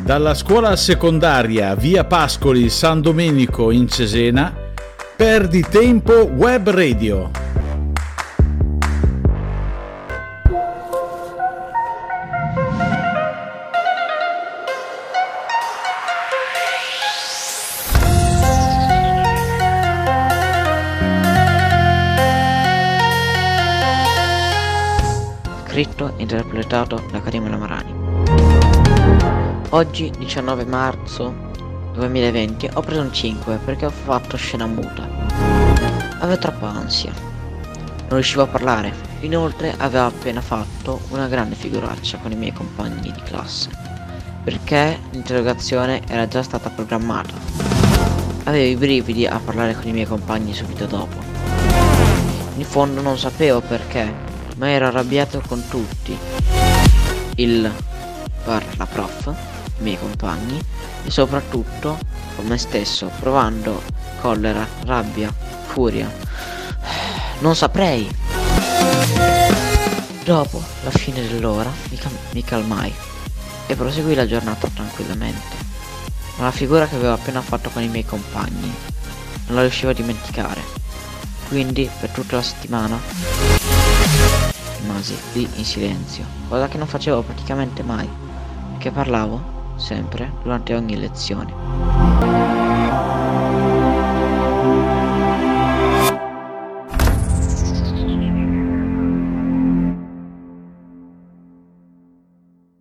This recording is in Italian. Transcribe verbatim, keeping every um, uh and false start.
Dalla scuola secondaria via Pascoli San Domenico in Cesena, Perdi Tempo Web Radio. Scritto e interpretato da Karima Lamarani. Oggi, diciannove marzo duemilaventi, ho preso un cinque perché ho fatto scena muta. Avevo troppa ansia, non riuscivo a parlare. Inoltre avevo appena fatto una grande figuraccia con i miei compagni di classe, perché l'interrogazione era già stata programmata. Avevo i brividi a parlare con i miei compagni subito dopo. In fondo non sapevo perché, ma ero arrabbiato con tutti, il bar, la prof, i miei compagni e soprattutto con me stesso, provando collera, rabbia, furia. Non saprei. Dopo la fine dell'ora mi, cal- mi calmai e proseguì la giornata tranquillamente, ma la figura che avevo appena fatto con i miei compagni non la riuscivo a dimenticare. Quindi per tutta la settimana rimasi lì in silenzio, cosa che non facevo praticamente mai, perché parlavo sempre durante ogni lezione.